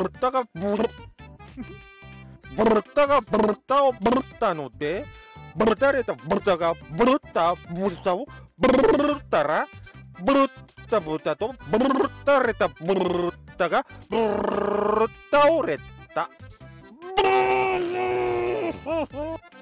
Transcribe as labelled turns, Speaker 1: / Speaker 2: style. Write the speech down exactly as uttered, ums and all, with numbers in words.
Speaker 1: brutta がブル、ブルッタがブルッタをブルッタので、ブルタれたブルタがブルッタ、ブルタをブルッタら、ブルッタブタとブルッタれたブルッタがブルッタをれた。ブルー